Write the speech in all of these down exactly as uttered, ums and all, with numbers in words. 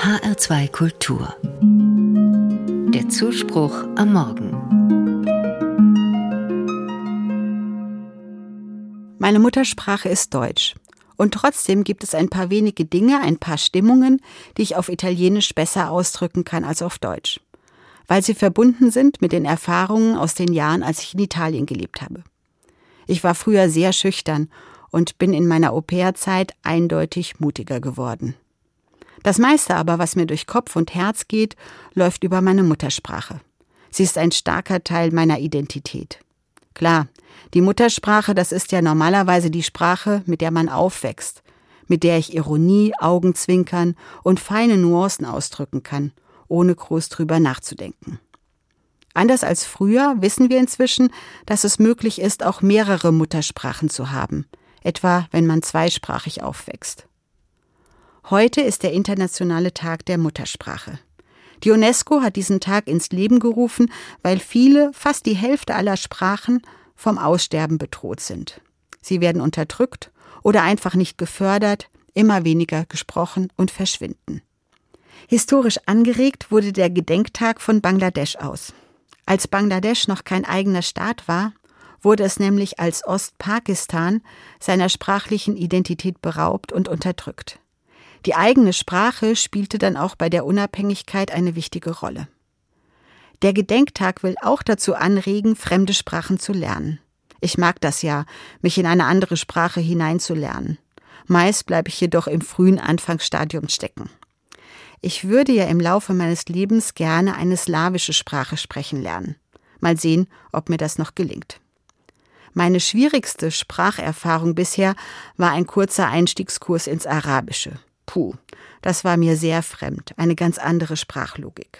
H R zwei Kultur. Der Zuspruch am Morgen. Meine Muttersprache ist Deutsch. Und trotzdem gibt es ein paar wenige Dinge, ein paar Stimmungen, die ich auf Italienisch besser ausdrücken kann als auf Deutsch. Weil sie verbunden sind mit den Erfahrungen aus den Jahren, als ich in Italien gelebt habe. Ich war früher sehr schüchtern und bin in meiner Au-pair-Zeit eindeutig mutiger geworden. Das meiste aber, was mir durch Kopf und Herz geht, läuft über meine Muttersprache. Sie ist ein starker Teil meiner Identität. Klar, die Muttersprache, das ist ja normalerweise die Sprache, mit der man aufwächst, mit der ich Ironie, Augenzwinkern und feine Nuancen ausdrücken kann, ohne groß drüber nachzudenken. Anders als früher wissen wir inzwischen, dass es möglich ist, auch mehrere Muttersprachen zu haben, etwa wenn man zweisprachig aufwächst. Heute ist der Internationale Tag der Muttersprache. Die UNESCO hat diesen Tag ins Leben gerufen, weil viele, fast die Hälfte aller Sprachen, vom Aussterben bedroht sind. Sie werden unterdrückt oder einfach nicht gefördert, immer weniger gesprochen und verschwinden. Historisch angeregt wurde der Gedenktag von Bangladesch aus. Als Bangladesch noch kein eigener Staat war, wurde es nämlich als Ostpakistan seiner sprachlichen Identität beraubt und unterdrückt. Die eigene Sprache spielte dann auch bei der Unabhängigkeit eine wichtige Rolle. Der Gedenktag will auch dazu anregen, fremde Sprachen zu lernen. Ich mag das ja, mich in eine andere Sprache hineinzulernen. Meist bleibe ich jedoch im frühen Anfangsstadium stecken. Ich würde ja im Laufe meines Lebens gerne eine slawische Sprache sprechen lernen. Mal sehen, ob mir das noch gelingt. Meine schwierigste Spracherfahrung bisher war ein kurzer Einstiegskurs ins Arabische. Puh, das war mir sehr fremd, eine ganz andere Sprachlogik.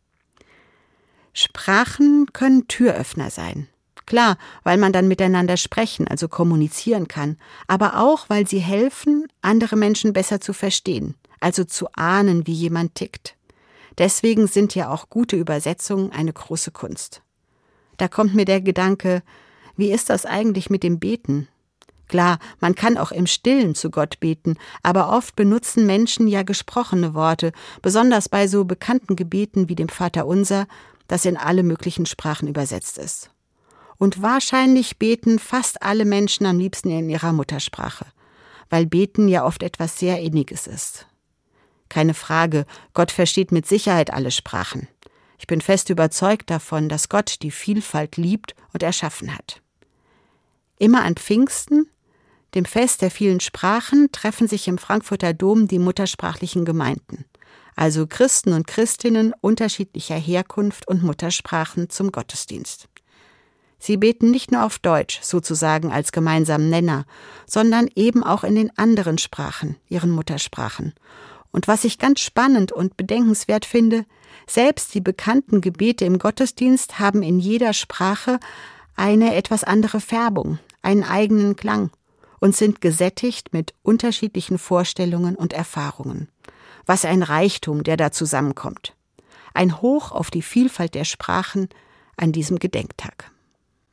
Sprachen können Türöffner sein. Klar, weil man dann miteinander sprechen, also kommunizieren kann, aber auch, weil sie helfen, andere Menschen besser zu verstehen, also zu ahnen, wie jemand tickt. Deswegen sind ja auch gute Übersetzungen eine große Kunst. Da kommt mir der Gedanke, wie ist das eigentlich mit dem Beten? Klar, man kann auch im Stillen zu Gott beten, aber oft benutzen Menschen ja gesprochene Worte, besonders bei so bekannten Gebeten wie dem Vaterunser, das in alle möglichen Sprachen übersetzt ist. Und wahrscheinlich beten fast alle Menschen am liebsten in ihrer Muttersprache, weil Beten ja oft etwas sehr Inniges ist. Keine Frage, Gott versteht mit Sicherheit alle Sprachen. Ich bin fest überzeugt davon, dass Gott die Vielfalt liebt und erschaffen hat. Immer an Pfingsten, dem Fest der vielen Sprachen, treffen sich im Frankfurter Dom die muttersprachlichen Gemeinden, also Christen und Christinnen unterschiedlicher Herkunft und Muttersprachen zum Gottesdienst. Sie beten nicht nur auf Deutsch, sozusagen als gemeinsamen Nenner, sondern eben auch in den anderen Sprachen, ihren Muttersprachen. Und was ich ganz spannend und bedenkenswert finde, selbst die bekannten Gebete im Gottesdienst haben in jeder Sprache eine etwas andere Färbung, einen eigenen Klang und sind gesättigt mit unterschiedlichen Vorstellungen und Erfahrungen. Was ein Reichtum, der da zusammenkommt. Ein Hoch auf die Vielfalt der Sprachen an diesem Gedenktag.